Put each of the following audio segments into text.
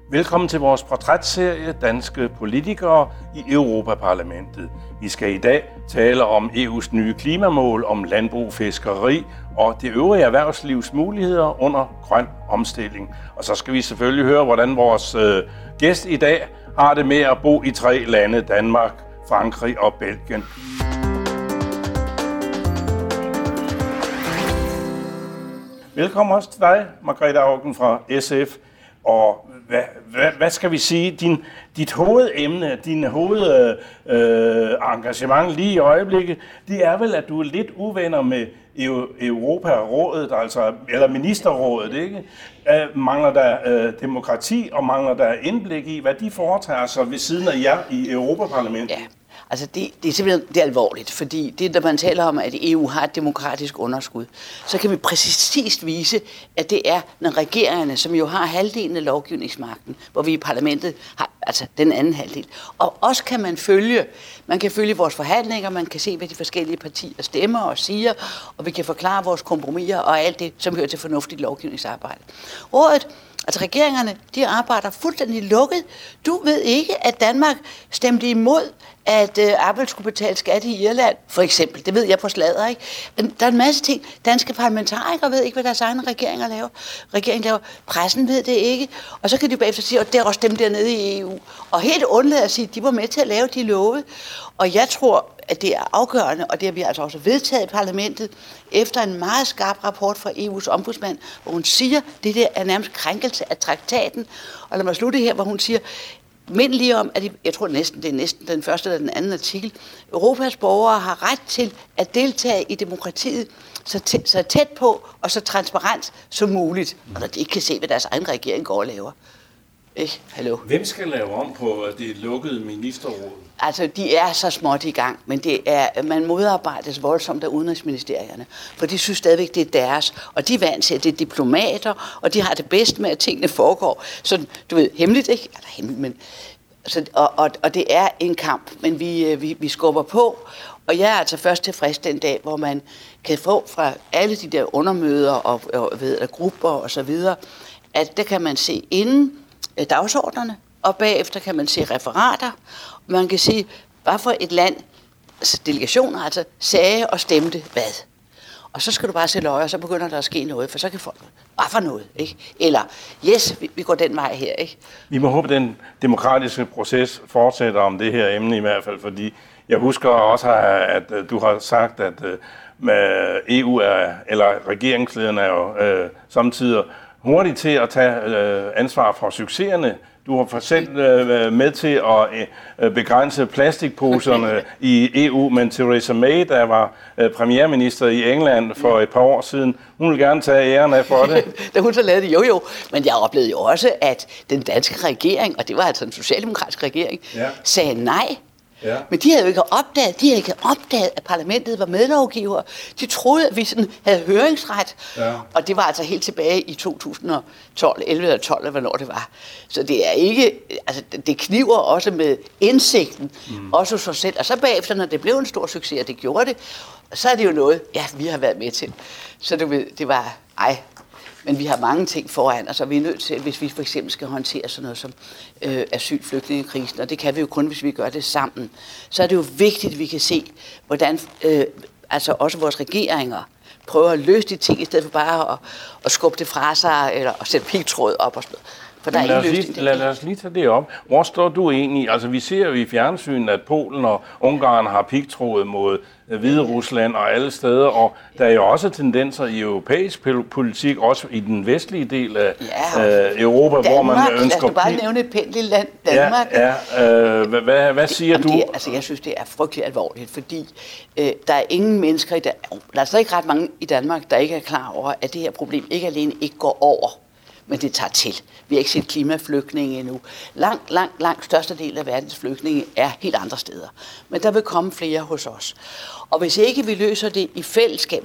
Velkommen til vores portrætserie Danske politikere i Europaparlamentet. Vi skal i dag tale om EU's nye klimamål, om landbrug, fiskeri og det øvrige erhvervslivs muligheder under grøn omstilling. Og så skal vi selvfølgelig høre, hvordan vores gæst i dag har det med at bo i 3 lande, Danmark, Frankrig og Belgien. Velkommen også til dig, Margrethe Auken fra SF. Og hvad skal vi sige, dit hovedemne, din hovedengagement lige i øjeblikket, det er vel, at du er lidt uvenner med Europarådet, altså, eller ministerrådet, ikke? Mangler der demokrati, og mangler der indblik i, hvad de foretager sig ved siden af jer i Europaparlamentet? Ja. Altså det er simpelthen det er alvorligt, fordi det, når man taler om, at EU har et demokratisk underskud, så kan vi præcist vise, at det er, når regeringerne, som jo har halvdelen af lovgivningsmagten, hvor vi i parlamentet har altså den anden halvdel. Og også kan man kan følge vores forhandlinger, man kan se, hvad de forskellige partier stemmer og siger, og vi kan forklare vores kompromiser og alt det, som hører til fornuftigt lovgivningsarbejde. Rådet, altså regeringerne, de arbejder fuldstændig lukket. Du ved ikke, at Danmark stemte imod, at Apple skulle betale skat i Irland, for eksempel. Det ved jeg på sladder, ikke? Men der er en masse ting. Danske parlamentarikere ved ikke, hvad deres egne regeringer laver. Regeringen laver. Pressen ved det ikke. Og så kan de bagefter sige, at det er også dem dernede i EU. Og helt undladt at sige, at de var med til at lave de love. Og jeg tror, at det er afgørende, og det har vi altså også vedtaget i parlamentet, efter en meget skarp rapport fra EU's ombudsmand, hvor hun siger, at det der er nærmest krænkelse af traktaten. Og lad mig slutte her, hvor hun siger, mind lige om, at jeg tror det er næsten den første eller den anden artikel, Europas borgere har ret til at deltage i demokratiet så tæt på og så transparent som muligt, og når de ikke kan se, hvad deres egen regering går og laver. Ikke? Hallo. Hvem skal lave om på det lukkede ministerråd? Altså, de er så småt i gang, men man modarbejdes voldsomt af udenrigsministerierne, for de synes stadigvæk, det er deres, og de er vant til, at det er diplomater, og de har det bedst med, at tingene foregår sådan, du ved, hemmeligt, ikke? Eller hemmeligt, men så, og det er en kamp, men vi skubber på, og jeg er altså først tilfreds den dag, hvor man kan få fra alle de der undermøder og grupper og så videre, at der kan man se inden dagsordnerne, og bagefter kan man se referater, og man kan se, hvad for et land, altså delegationer altså, sagde og stemte hvad. Og så skal du bare se løje, og så begynder der at ske noget, for så kan folk, hvad for noget, ikke? Eller, yes, vi går den vej her, ikke? Vi må håbe, at den demokratiske proces fortsætter om det her emne i hvert fald, fordi jeg husker også, at du har sagt, at EU eller regeringslederne er jo samtidig hurtigt til at tage ansvar for succeserne. Du har for selv med til at begrænse plastikposerne i EU, men Theresa May, der var premierminister i England for et par år siden, hun vil gerne tage æren af for det. Da hun så lavede det, jo. Men jeg oplevede jo også, at den danske regering, og det var altså en socialdemokratisk regering, sagde nej. Ja. Men de havde jo ikke opdaget, at parlamentet var medlovgiver. De troede, at vi sådan havde høringsret. Ja. Og det var altså helt tilbage i 2012, 11 eller 12, eller hvornår det var. Så det er ikke, altså det kniver også med indsigten, også hos os selv. Og så bagefter, når det blev en stor succes, og det gjorde det, så er det jo noget, vi har været med til. Så du ved, det var, men vi har mange ting foran, altså vi er nødt til, hvis vi for eksempel skal håndtere sådan noget som asylflygtningekrisen, og det kan vi jo kun, hvis vi gør det sammen, så er det jo vigtigt, at vi kan se, hvordan altså også vores regeringer prøver at løse de ting, i stedet for bare at skubbe det fra sig, eller at sætte pigtråd op og sådan noget. For der er ingen løsning. Lad os lige tage det op. Hvor står du egentlig? Altså vi ser jo i fjernsynet, at Polen og Ungarn har pigtråd mod Hviderusland og alle steder, og der er jo også tendenser i europæisk politik, også i den vestlige del af Europa, Danmark, hvor man ønsker... Lad os bare nævne et pænt lille land, Danmark. Hvad siger du? Jeg synes, det er frygtelig alvorligt, fordi der er ingen mennesker i Danmark, der er slet ikke ret mange i Danmark, der ikke er klar over, at det her problem ikke alene ikke går over, men det tager til. Vi har ikke set klimaflygtninge endnu. Langt størstedelen af verdens flygtninge er helt andre steder. Men der vil komme flere hos os. Og hvis ikke vi løser det i fællesskab,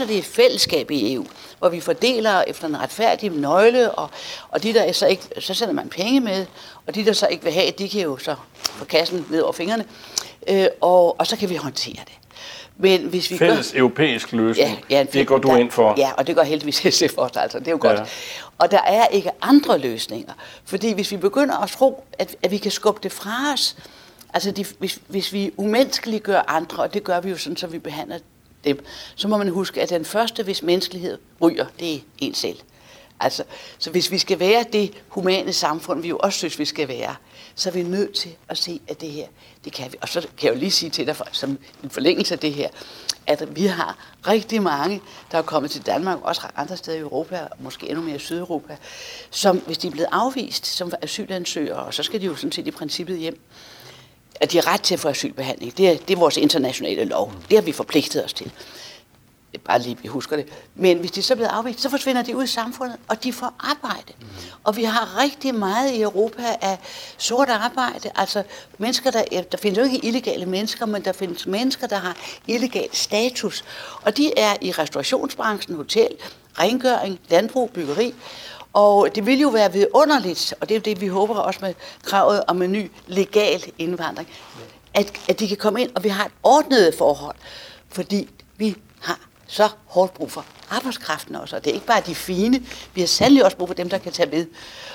i EU, hvor vi fordeler efter en retfærdig nøgle, og de der så ikke, så sender man penge med, og de der så ikke vil have, de kan jo så få kassen ned over fingrene, og så kan vi håndtere det. Men hvis vi fælles europæisk løsning, det går du ind for. Ja, og det går heldigvis SF også, altså. Det er jo godt. Og der er ikke andre løsninger. Fordi hvis vi begynder at tro, at vi kan skubbe det fra os, altså hvis vi umenneskeliggør andre, og det gør vi jo sådan, så vi behandler dem, så må man huske, at den første, hvis menneskelighed ryger, det er en selv. Altså, så hvis vi skal være det humane samfund, vi jo også synes, vi skal være, så er vi nødt til at se, at det her, det kan vi. Og så kan jeg jo lige sige til dig, som en forlængelse af det her, at vi har rigtig mange, der er kommet til Danmark, også andre steder i Europa, og måske endnu mere i Sydeuropa, som hvis de er blevet afvist som asylansøgere, og så skal de jo sådan set i princippet hjem, at de har ret til at få asylbehandling. Det er vores internationale lov. Det har vi forpligtet os til. Bare lige, vi husker det. Men hvis de så er blevet afvist, så forsvinder de ud i samfundet, og de får arbejde. Og vi har rigtig meget i Europa af sort arbejde. Altså mennesker, der findes jo ikke illegale mennesker, men der findes mennesker, der har illegal status. Og de er i restaurationsbranchen, hotel, rengøring, landbrug, byggeri. Og det vil jo være vidunderligt, og det er det, vi håber også med kravet om en ny legal indvandring, at de kan komme ind, og vi har et ordnet forhold, fordi vi har så hårdt brug for arbejdskraften også, og det er ikke bare de fine, vi har sandelig også brug for dem, der kan tage ved.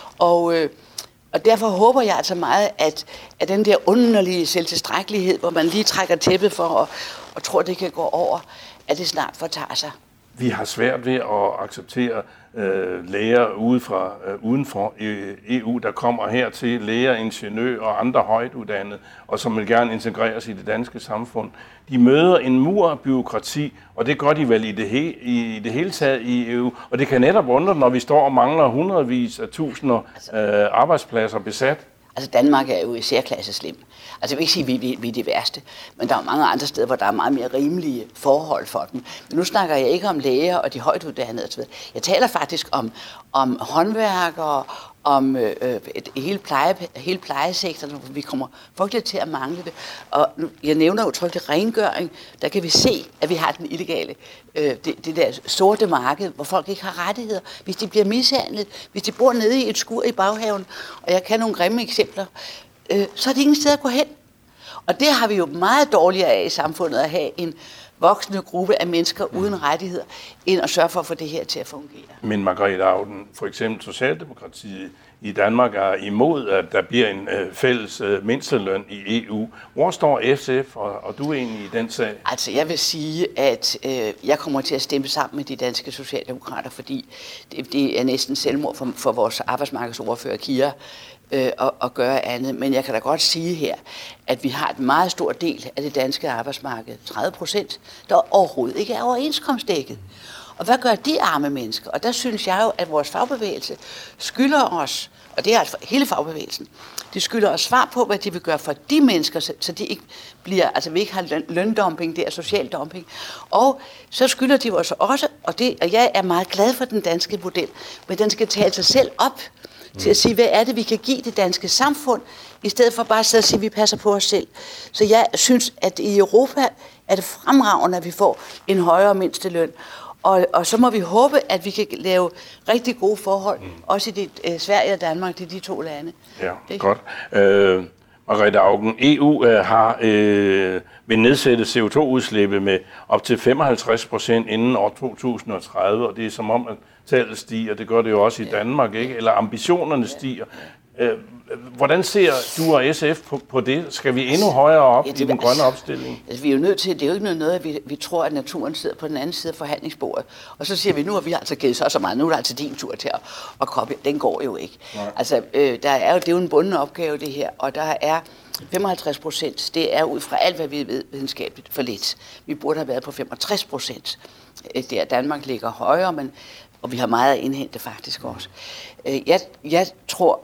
Og derfor håber jeg altså meget, at den der underlige selvtilstrækkelighed, hvor man lige trækker tæppet for og tror, det kan gå over, at det snart fortager sig. Vi har svært ved at acceptere læger uden for EU, der kommer hertil, læger, ingeniører og andre højtuddannede, og som vil gerne integreres i det danske samfund. De møder en mur af byråkrati, og det gør de vel i det hele taget i EU. Og det kan netop undre, når vi står og mangler hundredvis af tusinder arbejdspladser besat. Altså Danmark er jo i særklasse slem. Altså jeg vil ikke sige, at vi er det værste, men der er mange andre steder, hvor der er meget mere rimelige forhold for dem. Men nu snakker jeg ikke om læger og de højtuddannede osv. Jeg taler faktisk om håndværkere, om hele plejesektoren, hvor vi kommer frygteligt til at mangle det. Og jeg nævner udtrykket rengøring, der kan vi se, at vi har den illegale, det der sorte marked, hvor folk ikke har rettigheder. Hvis de bliver mishandlet, hvis de bor nede i et skur i baghaven, og jeg kan nogle grimme eksempler, så er det ingen sted at gå hen. Og det har vi jo meget dårligere af i samfundet, at have en voksende gruppe af mennesker uden rettigheder, end at sørge for at få det her til at fungere. Men Margrethe Auken, for eksempel Socialdemokratiet i Danmark er imod, at der bliver en fælles mindsteløn i EU. Hvor står SF, og du er egentlig i den sag? Altså jeg vil sige, at jeg kommer til at stemme sammen med de danske socialdemokrater, fordi det er næsten selvmord for vores arbejdsmarkedsordfører Kira, at gøre andet. Men jeg kan da godt sige her, at vi har et meget stor del af det danske arbejdsmarked, 30%, der overhovedet ikke er overenskomstdækket. Og hvad gør de arme mennesker? Og der synes jeg jo, at vores fagbevægelse skylder os, og det er altså hele fagbevægelsen, de skylder os svar på, hvad de vil gøre for de mennesker, så de ikke bliver, altså vi ikke har løndumping, det er social dumping. Og så skylder de os også, og jeg er meget glad for den danske model, men den skal tale sig selv op til at sige, hvad er det, vi kan give det danske samfund, i stedet for bare at sidde og sige, at vi passer på os selv. Så jeg synes, at i Europa er det fremragende, at vi får en højere mindsteløn. Og så må vi håbe, at vi kan lave rigtig gode forhold, også i Sverige og Danmark, det er de to lande. Ja, det. Godt. Margrethe Auken, EU vil nedsætte CO2-udslippet med op til 55% inden år 2030, og det er som om, at tallet stiger, det gør det jo også i Danmark, ikke? Eller ambitionerne stiger. Hvordan ser du og SF på det? Skal vi endnu højere op i den grønne opstilling? Altså, vi er jo nødt til, det er jo ikke noget, at vi tror, at naturen sidder på den anden side af forhandlingsbordet. Og så siger vi, nu har vi altså givet så meget, nu er det altså din tur til at komme. Den går jo ikke. Nej. Altså, det er jo en bunden opgave, det her, og der er 55%, det er ud fra alt, hvad vi ved videnskabeligt for lidt. Vi burde have været på 65%. Der Danmark ligger højere, og vi har meget at indhente faktisk også. Jeg tror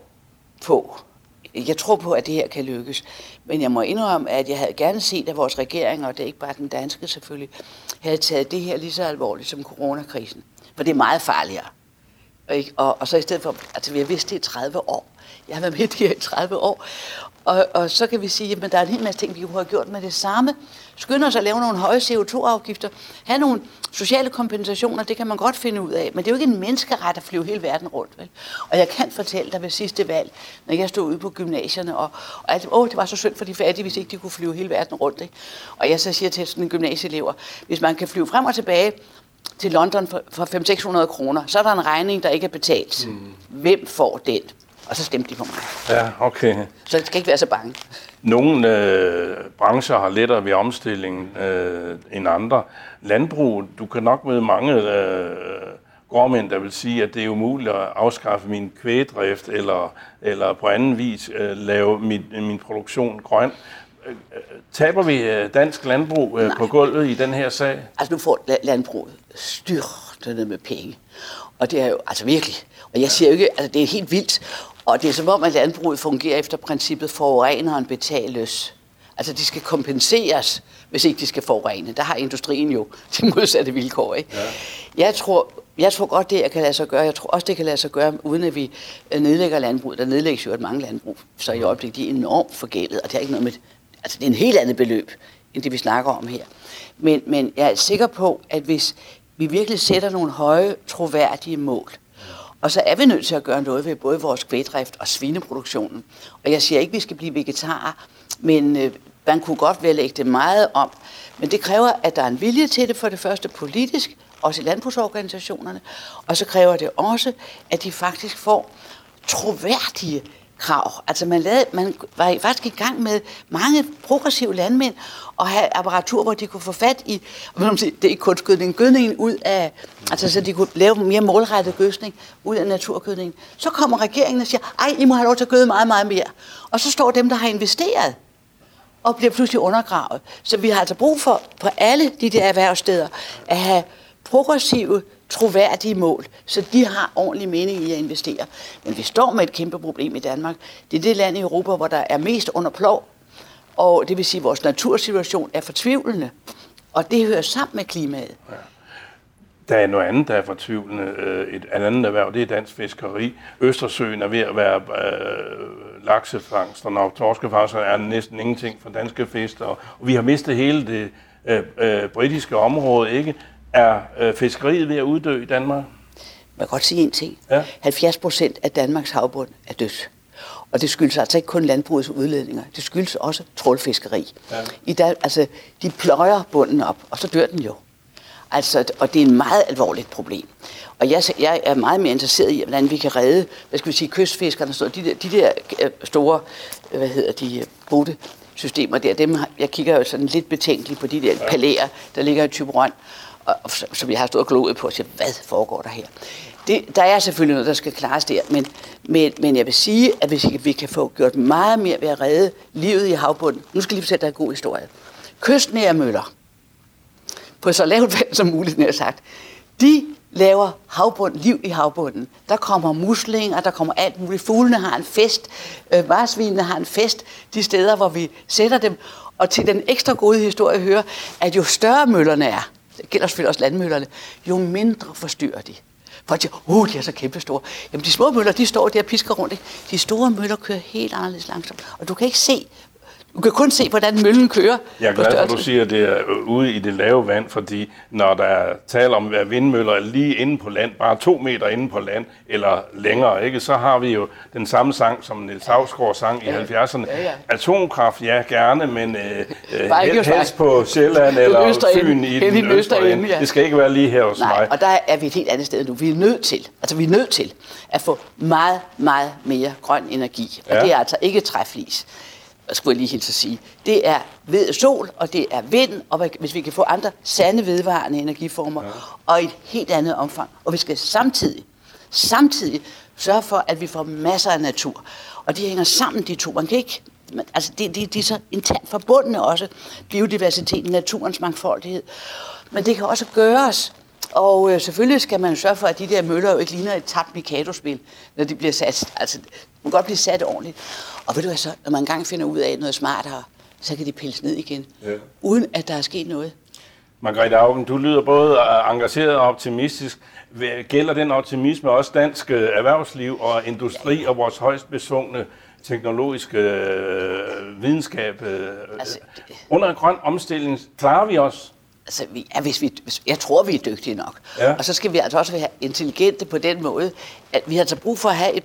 på, at det her kan lykkes. Men jeg må indrømme, at jeg havde gerne set, at vores regeringer, og det er ikke bare den danske selvfølgelig, havde taget det her lige så alvorligt som coronakrisen. For det er meget farligere Og så i stedet for, altså vi har vidst det i 30 år. Jeg har været med her i 30 år. Og så kan vi sige, at der er en hel masse ting, vi kunne have gjort med det samme. Skynder os at lave nogle høje CO2-afgifter. Have nogle sociale kompensationer, det kan man godt finde ud af. Men det er jo ikke en menneskeret at flyve hele verden rundt. Vel? Og jeg kan fortælle dig ved sidste valg, når jeg stod ude på gymnasierne, og det var så synd for de fattige, hvis ikke de kunne flyve hele verden rundt. Ikke? Og jeg så siger til sådan en gymnasieelever, hvis man kan flyve frem og tilbage til London for 500-600 kroner, så er der en regning, der ikke er betalt. Hvem får den? Og så stemte de på mig. Ja, okay. Så det skal ikke være så bange. Nogle brancher har lettere ved omstillingen end andre. Landbrug, du kan nok møde mange gårdmænd, der vil sige, at det er umuligt at afskaffe min kvægdrift, eller på anden vis lave min produktion grøn. Taber vi dansk landbrug på gulvet i den her sag? Altså nu får landbruget styrtet med penge. Og det er jo altså virkelig. Og jeg siger jo ikke, altså det er helt vildt. Og det er som om, at landbruget fungerer efter princippet forureneren betales. Altså de skal kompenseres, hvis ikke de skal forurene. Der har industrien jo de modsatte vilkår. Ikke? Ja. Jeg tror godt, det kan lade sig gøre. Jeg tror også, det kan lade sig gøre, uden at vi nedlægger landbruget. Der nedlægges jo et mange landbrug, så i øjeblikket de er enormt forgældet. Og det er ikke noget med, altså det er en helt andet beløb, end det vi snakker om her. Men jeg er sikker på, at hvis vi virkelig sætter nogle høje, troværdige mål, og så er vi nødt til at gøre noget ved både vores kvægdrift og svineproduktionen. Og jeg siger ikke, at vi skal blive vegetarer, men man kunne godt vel lægge det meget om. Men det kræver, at der er en vilje til det for det første politisk, også i landbrugsorganisationerne. Og så kræver det også, at de faktisk får troværdige krav. Altså man var faktisk i gang med mange progressive landmænd og have apparatur, hvor de kunne få fat i, det er ikke kun gødningen ud af, altså så de kunne lave mere målrettet gødning ud af naturgødningen. Så kommer regeringen og siger, ej, I må have lov til at gøde meget, meget mere. Og så står dem, der har investeret, og bliver pludselig undergravet. Så vi har altså brug for på alle de der erhvervssteder at have progressive, troværdige mål, så de har ordentlig mening i at investere. Men vi står med et kæmpe problem i Danmark. Det er det land i Europa, hvor der er mest under plov, og det vil sige, at vores natursituation er fortvivlende, og det hører sammen med klimaet. Ja. Der er noget andet, der er fortvivlende. Et andet erhverv, det er dansk fiskeri. Østersøen er ved at være laksefangsterne og torskefangsterne er næsten ingenting for danske fiskere. Og vi har mistet hele det britiske område, ikke? Er fiskeriet ved at uddø i Danmark? Man kan godt sige en ting. Ja. 70% af Danmarks havbund er dødt. Og det skyldes altså ikke kun landbrugets udledninger. Det skyldes også trawlfiskeri. Ja. De pløjer bunden op, og så dør den jo. Altså, og det er et meget alvorligt problem. Og jeg er meget mere interesseret i, hvordan vi kan redde, kystfiskerne, de der store, botesystemer der. Dem, jeg kigger jo sådan lidt betænkeligt på de der palæer, der ligger i Thyborøn, som jeg har stået og gloet på og siger, hvad foregår der her? Der er selvfølgelig noget, der skal klares der, men jeg vil sige, at hvis vi kan få gjort meget mere ved at redde livet i havbunden. Nu skal jeg lige fortælle dig en god historie. Kystnære møller, på så lavt vand som muligt, nær sagt, de laver liv i havbunden. Der kommer muslinger, der kommer alt muligt. Fuglene har en fest, marsvinene har en fest, de steder, hvor vi sætter dem. Og til den ekstra gode historie hører, at jo større møllerne er, det gælder selvfølgelig også landmøllerne, jo mindre forstyrrer de. For de er så kæmpestore. Jamen de små møller, de står der og pisker rundt. Ikke? De store møller kører helt anderledes langsomt. Og du kan ikke se, du kan kun se, hvordan møllen kører. Jeg er glad for, at du siger, at det er ude i det lave vand, fordi når der taler om at vindmøller er lige inde på land, bare 2 meter inde på land, eller længere, ikke, så har vi jo den samme sang, som Niels Hausgaard sang i 70'erne. Ja. Atomkraft, ja, gerne, men helst på Sjælland eller Fyn i den østre ende. Ja. Det skal ikke være lige her hos mig. Og der er vi et helt andet sted nu. Vi er nødt til at få meget, meget mere grøn energi. Og det er altså ikke træflis. Skulle jeg lige helt sige. Det er sol, og det er vind, og hvis vi kan få andre sande vedvarende energiformer, og i et helt andet omfang. Og vi skal samtidig sørge for, at vi får masser af natur. Og de hænger sammen, de to. Man kan ikke, altså de er så internt forbundne også. Biodiversiteten, naturens mangfoldighed. Men det kan også gøres. Og selvfølgelig skal man sørge for, at de der møller jo ikke ligner et tabt Mikado-spil, når de bliver sat. Altså, man kan godt blive sat ordentligt. Og ved du hvad så, når man engang finder ud af noget smartere, så kan de pilles ned igen, uden at der er sket noget. Margrethe Auken, du lyder både engageret og optimistisk. Gælder den optimisme også dansk erhvervsliv og industri og vores højst besungne teknologiske videnskab? Under en grøn omstilling klarer vi os? Altså, jeg tror, vi er dygtige nok. Ja. Og så skal vi altså også være intelligente på den måde, at vi har altså brug for at have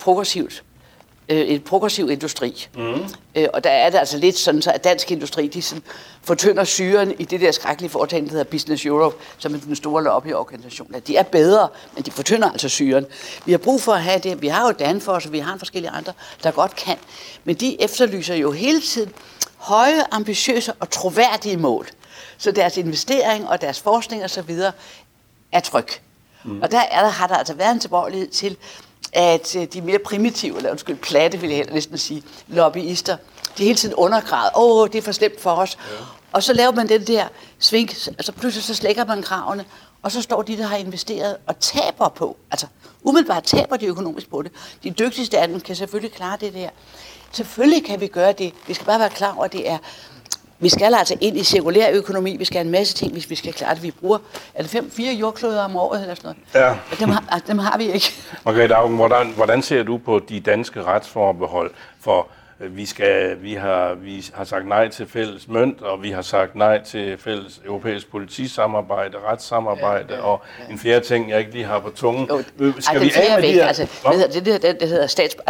et progressiv industri. Og der er det altså lidt sådan, så at dansk industri, de sådan fortynder syren i det der skrækkelige foretagende, der hedder Business Europe, som er den store lobbyorganisation. De er bedre, men de fortynder altså syren. Vi har brug for at have det. Vi har jo Danfoss, og vi har forskellige andre, der godt kan. Men de efterlyser jo hele tiden høje, ambitiøse og troværdige mål. Så deres investering og deres forskning osv. er tryg. Og der har der altså været en tilbøjelighed til, at de mere primitive, eller platte vil jeg næsten sige, lobbyister, de hele tiden undergrader, det er for slemt for os. Ja. Og så laver man den der sving, altså pludselig så slækker man kravene, og så står de, der har investeret og taber på. Altså umiddelbart taber de økonomisk på det. De dygtigste af dem kan selvfølgelig klare det der. Selvfølgelig kan vi gøre det. Vi skal bare være klar over, at det er... Vi skal altså ind i cirkulær økonomi, vi skal have en masse ting, hvis vi skal klare det. Vi bruger, 4 jordkloder om året eller sådan noget? Ja. Dem har vi ikke. Margrethe Auken, hvordan ser du på de danske retsforbehold? For vi har sagt nej til fælles mønt, og vi har sagt nej til fælles europæisk politisamarbejde, retssamarbejde, og en fjerde ting, jeg ikke lige har på tungen. Skal vi af med de her... Altså, det hedder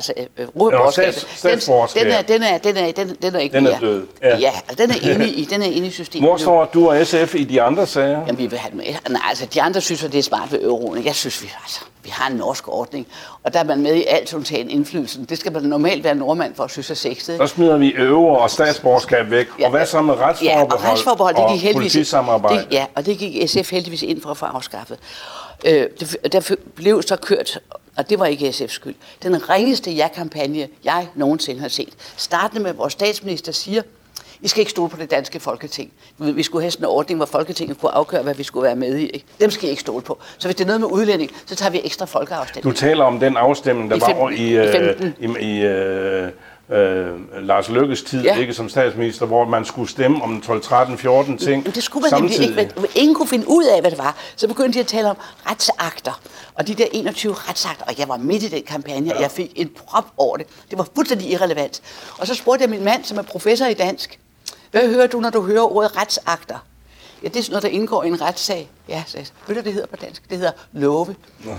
statsborgerskab. Den er ikke den er død. Ja, den er inde i systemet. Hvor står du og SF i de andre sager? Jamen, vi vil have med. Nej, altså, de andre synes, at det er smart ved euroen. Jeg synes, vi har en norsk ordning, og der er man med i alt undtagen indflydelsen. Det skal man normalt være nordmand for at synes er sexet. Så smider vi euro og statsborgerskab væk. Ja, og hvad så med retsforbehold og politisamarbejde? Og det gik SF heldigvis ind for at få afskaffet. Der blev så kørt, og det var ikke SF's skyld, den ringeste ja-kampagne, jeg nogensinde har set. Startende med, vores statsminister siger, I skal ikke stole på det danske Folketing. Vi skulle have sådan en ordning, hvor Folketinget kunne afgøre, hvad vi skulle være med i. Ikke? Dem skal I ikke stole på. Så hvis det er noget med udlænding, så tager vi ekstra folkeafstemning. Du taler om den afstemning, der var i Lars Løkkes tid, ikke som statsminister, hvor man skulle stemme om 12, 13, 14 ting. Men det skulle man nemlig ikke. Ingen kunne finde ud af, hvad det var. Så begyndte de at tale om retsakter. Og de der 21 retsakter, og jeg var midt i den kampagne, og jeg fik en prop over det. Det var fuldstændig irrelevant. Og så spurgte jeg min mand, som er professor i dansk, hvad hører du, når du hører ordet retsakter? Ja, det er sådan noget, der indgår i en retssag. Ja, ved du, det hedder på dansk? Det hedder love.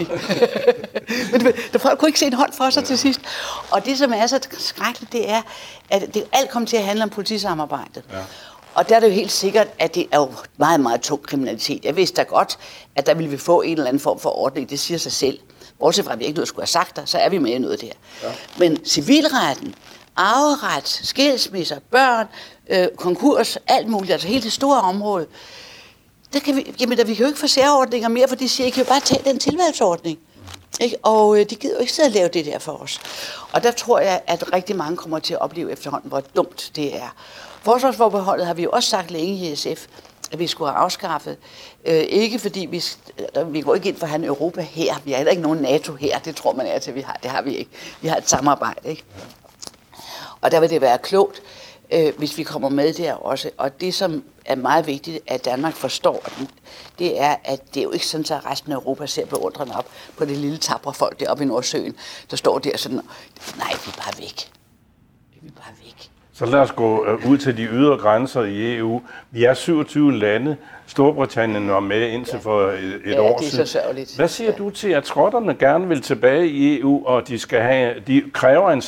Men folk kunne ikke se en hånd for sig til sidst. Og det, som er så skrækkeligt, det er, at det alt kommer til at handle om politisamarbejdet. Ja. Og der er det jo helt sikkert, at det er jo meget, meget tung kriminalitet. Jeg vidste da godt, at der ville vi få en eller anden form for ordning. Det siger sig selv. Bortset fra, at vi ikke noget skulle have sagt der, så er vi med i noget der. Ja. Men civilretten, arveret, skilsmisser, børn, konkurs, alt muligt, altså hele det store område, vi kan jo ikke få særordninger mere, for de siger, I kan jo bare tage den tilvalgsordning. Ikke? Og de gider jo ikke sidde og lave det der for os. Og der tror jeg, at rigtig mange kommer til at opleve efterhånden, hvor dumt det er. Forsvarsforbeholdet har vi jo også sagt længe i SF, at vi skulle have afskaffet. Ikke fordi vi går ikke ind for at have en Europa her. Vi har heller ikke nogen NATO her. Det tror man til, vi har. Det har vi ikke. Vi har et samarbejde, ikke? Og der vil det være klogt, hvis vi kommer med der også. Og det, som er meget vigtigt, at Danmark forstår, det er, at det er jo ikke sådan, at resten af Europa ser beundrende op på det lille tabre folk deroppe i Nordsøen, der står der sådan, nej, vi er bare væk. Vi er bare væk. Så lad os gå ud til de ydre grænser i EU. Vi er 27 lande. Storbritannien var med indtil for et år siden. Det er så sørgeligt. Hvad siger du til, at skotterne gerne vil tilbage i EU, og de kræver en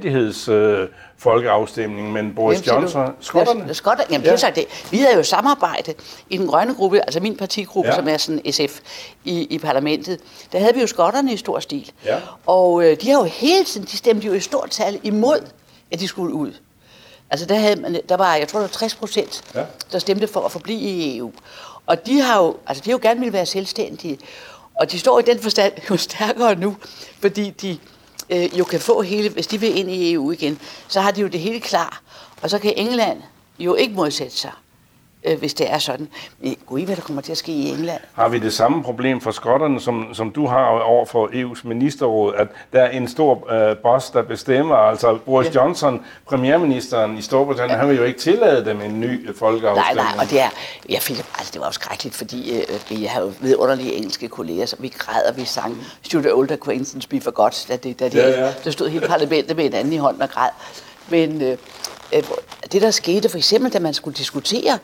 folkeafstemning, men Boris Johnson... Skotterne? Jamen, det er sagt det. Vi havde jo samarbejde i den grønne gruppe, altså min partigruppe, som er sådan SF i parlamentet. Der havde vi jo skotterne i stor stil. Ja. Og de har jo hele tiden, de stemte jo i stort tal imod, at de skulle ud. Altså der var, jeg tror, der var 60%, der stemte for at forblive i EU. Og de har jo gerne ville være selvstændige. Og de står i den forstand jo stærkere nu, fordi de jo kan få hele, hvis de vil ind i EU igen, så har de jo det hele klar. Og så kan England jo ikke modsætte sig hvis det er sådan. Men gud, hvad der kommer til at ske i England. Har vi det samme problem for skotterne, som du har over for EU's ministerråd, at der er en stor boss, der bestemmer, altså Boris Johnson, premierministeren i Storbritannien, han vil jo ikke tillade dem en ny folkeafstemning. Nej, og det var jo skrækkeligt, fordi vi har jo vidunderlige engelske kolleger, så vi græd og vi sang Should the Old Acquaintance Be Forgot, der stod hele parlamentet med en anden i hånden og græd. Men det der skete for eksempel, da man skulle diskutere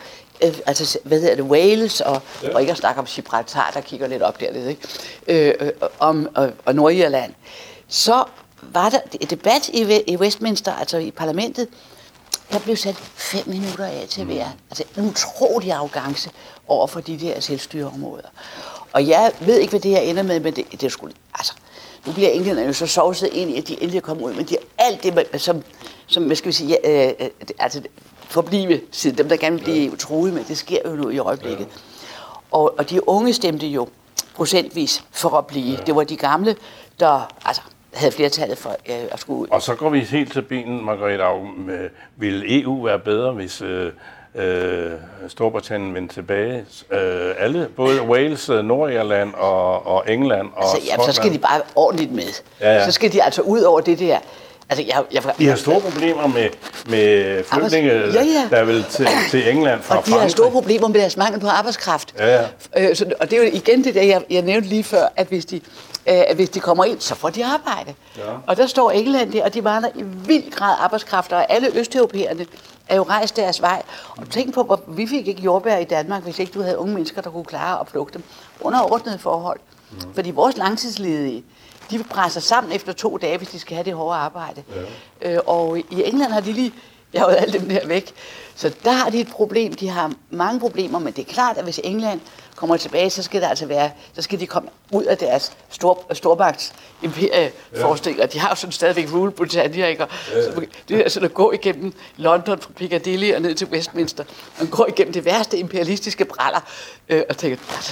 Wales og ikke at snakke om Gibraltar, der kigger lidt op der lidt, ikke? Og Nordirland, så var der et debat i Westminster, altså i parlamentet, der blev sat 5 minutter af til hver. Altså en utrolig arrogance over for de der selvstyreområder. Og jeg ved ikke, hvad det her ender med, men det skulle, altså, nu bliver englænderne jo så sovset ind i, at de endelig kommer ud, men de har alt det, som hvad skal vi sige, altså forblive siden, dem der gerne vil blive truet med, det sker jo nu i øjeblikket. Ja. Og de unge stemte jo procentvis for at blive. Ja. Det var de gamle, der havde flertallet for at skulle ud. Og så går vi helt til benen, Margrethe Auken. Vil EU være bedre, hvis Storbritannien vendte tilbage? Alle, både Wales, Nordirland og England og så skal de bare ordentligt med. Ja. Så skal de altså ud over det der. Altså, de har store problemer med flygtninge, der vil til England fra Frankrig. Og de har store problemer med deres mangel på arbejdskraft. Ja. Og det er jo igen det der, jeg nævnte lige før, at hvis de kommer ind, så får de arbejde. Ja. Og der står England der, og de mangler i vild grad arbejdskraft, og alle østeuropæerne er jo rejst deres vej. Og tænk på, hvor vi fik ikke jordbær i Danmark, hvis ikke du havde unge mennesker, der kunne klare at plukke dem under ordnede forhold. Fordi vores langtidsledige, de presser sammen efter 2 dage, hvis de skal have det hårde arbejde. Ja. Og i England har de lige jaget alle dem der væk. Så der har de et problem. De har mange problemer, men det er klart, at hvis England kommer tilbage, så skal så skal de komme ud af deres stormagts imperieforestillinger. De har jo sådan stadigvæk Rule Britannia, ikke? Så det er sådan at gå igennem London fra Piccadilly og ned til Westminster. Man går igennem det værste imperialistiske bræller og tænker,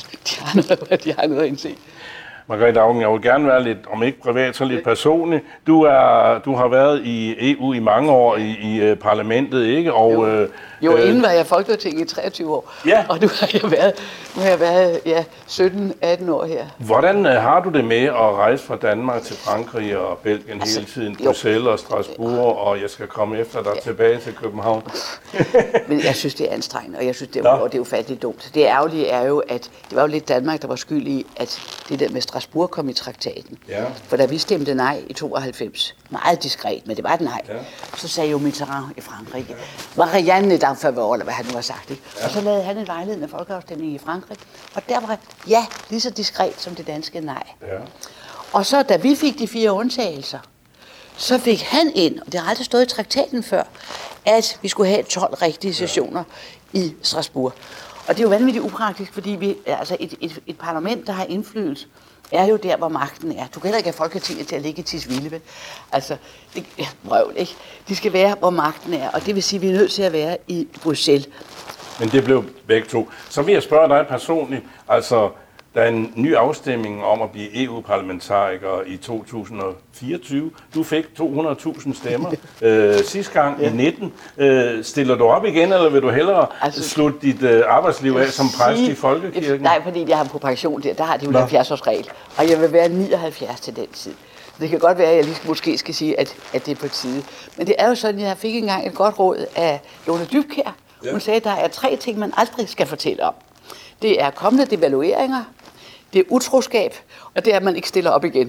de har noget at indse. Margrethe Auken, jeg vil gerne være lidt, om ikke privat, så lidt personlig. Du har været i EU i mange år i parlamentet, ikke? Og, inden var jeg Folketinget i 23 år. Ja. Og nu har jeg været 17-18 år her. Hvordan har du det med at rejse fra Danmark til Frankrig og Belgien hele tiden? Bruxelles og Strasbourg, og jeg skal komme efter dig tilbage til København. Men jeg synes, det er anstrengende, og jeg synes, det er ufatteligt dumt. Det ærgerlige er jo, at det var jo lidt Danmark, der var skyld i, at det der med Strasbourg kom i traktaten. Ja. For da vi stemte nej i 92, meget diskret, men det var et nej, så sagde jo Mitterrand i Frankrig, Marianne d'Enfaveur, eller hvad han nu har sagt, ikke? Og så lavede han en vejledende folkeafstemning i Frankrig, og der var lige så diskret som det danske nej. Ja. Og så da vi fik de 4 undtagelser, så fik han ind, og det har aldrig stået i traktaten før, at vi skulle have 12 rigtige sessioner i Strasbourg. Og det er jo vanvittigt upraktisk, fordi et parlament, der har indflydelse, er jo der, hvor magten er. Du kan heller ikke have Folketinget til at ligge i Tisvilde, vel? Altså, røvl, ikke? De skal være, hvor magten er, og det vil sige, at vi er nødt til at være i Bruxelles. Men det blev begge to. Så vil jeg spørge dig personligt, altså, der er en ny afstemning om at blive EU-parlamentariker i 2024. Du fik 200.000 stemmer sidste gang i 19. Stiller du op igen, eller vil du hellere slutte dit arbejdsliv af som præst i Folkekirken? Nej, fordi jeg har på pension der har de jo 70-årsregel, og jeg vil være 79 til den tid. Det kan godt være, at jeg måske skal sige, at det er på tide. Men det er jo sådan, at jeg fik engang et godt råd af Lone Dybkjær. Hun sagde, at der er 3 ting, man aldrig skal fortælle om. Det er kommende devalueringer, det er utroskab, og det er, at man ikke stiller op igen.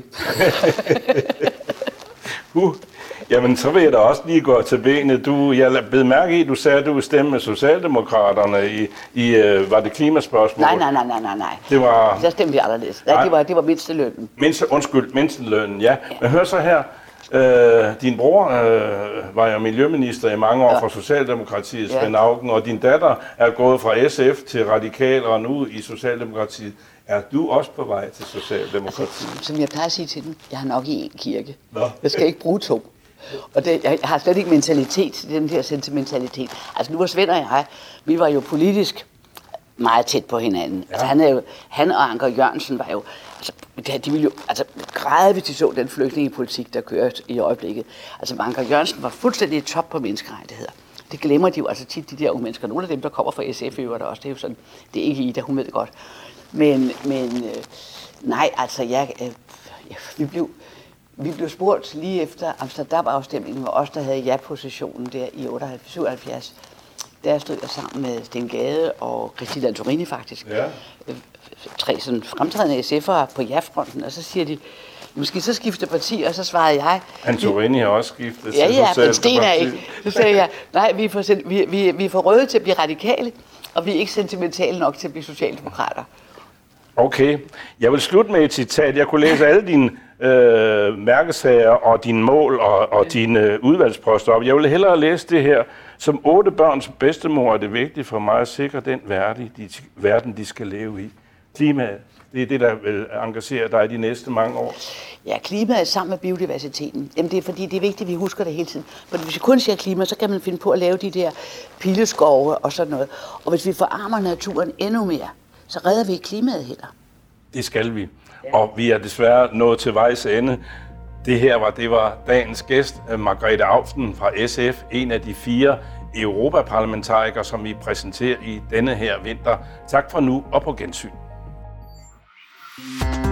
Jamen, så vil jeg da også lige gå til benet. Jeg blev mærke i, at du sagde, at du ville stemme med Socialdemokraterne i var det klimaspørgsmål? Nej. Det var... Der stemte vi anderledes. Det var mindstelønnen. Mindstelønnen, ja. Men hør så her. Din bror var jo miljøminister i mange år for Socialdemokratiet, Svend Auken, og din datter er gået fra SF til Radikal og nu i Socialdemokratiet. Er du også på vej til Socialdemokratiet? Altså, som jeg plejer at sige til den, jeg har nok i en kirke. Jeg skal ikke bruge 2. Og jeg har slet ikke mentalitet til den der sentimentalitet. Altså nu var Svend og jeg, vi var jo politisk meget tæt på hinanden. Ja. Altså han og Anker Jørgensen var jo, de ville jo græde, hvis de så den flygtningepolitik, der kører i øjeblikket. Altså Anker Jørgensen var fuldstændig top på menneskerettigheder. Det glemmer de jo altså tit, de der unge mennesker. Nogle af dem, der kommer fra SF øver der også, det er jo sådan, det er ikke Ida, hun ved det godt. Men nej, altså vi blev spurgt lige efter Amsterdam-afstemningen, hvor os, der havde ja-positionen der i 78. Der stod jeg sammen med Sten Gade og Christina Antorini faktisk. Ja. 3 sådan fremtrædende SF'ere på ja-fronten, og så siger de, måske så skifter parti, og så svarede jeg. Antorini har også skiftet. Ja, men Sten er ikke. Så sagde jeg, nej, vi er for røde til at blive radikale, og vi er ikke sentimentale nok til at blive socialdemokrater. Okay. Jeg vil slutte med et citat. Jeg kunne læse alle dine mærkesager og dine mål og dine udvalgsposter op. Jeg vil hellere læse det her. Som 8 børns bedstemor er det vigtigt for mig at sikre den verden, de skal leve i. Klimaet, det er det, der vil engagere dig de næste mange år. Ja, klimaet sammen med biodiversiteten. Jamen det er fordi, det er vigtigt, at vi husker det hele tiden. For hvis vi kun siger klima, så kan man finde på at lave de der pilleskove og sådan noget. Og hvis vi forarmer naturen endnu mere, så redder vi ikke klimaet heller. Det skal vi. Ja. Og vi er desværre nået til vejs ende. Det var dagens gæst, Margrethe Auken fra SF, en af de 4 europaparlamentarikere, som vi præsenterer i denne her vinter. Tak for nu og på gensyn.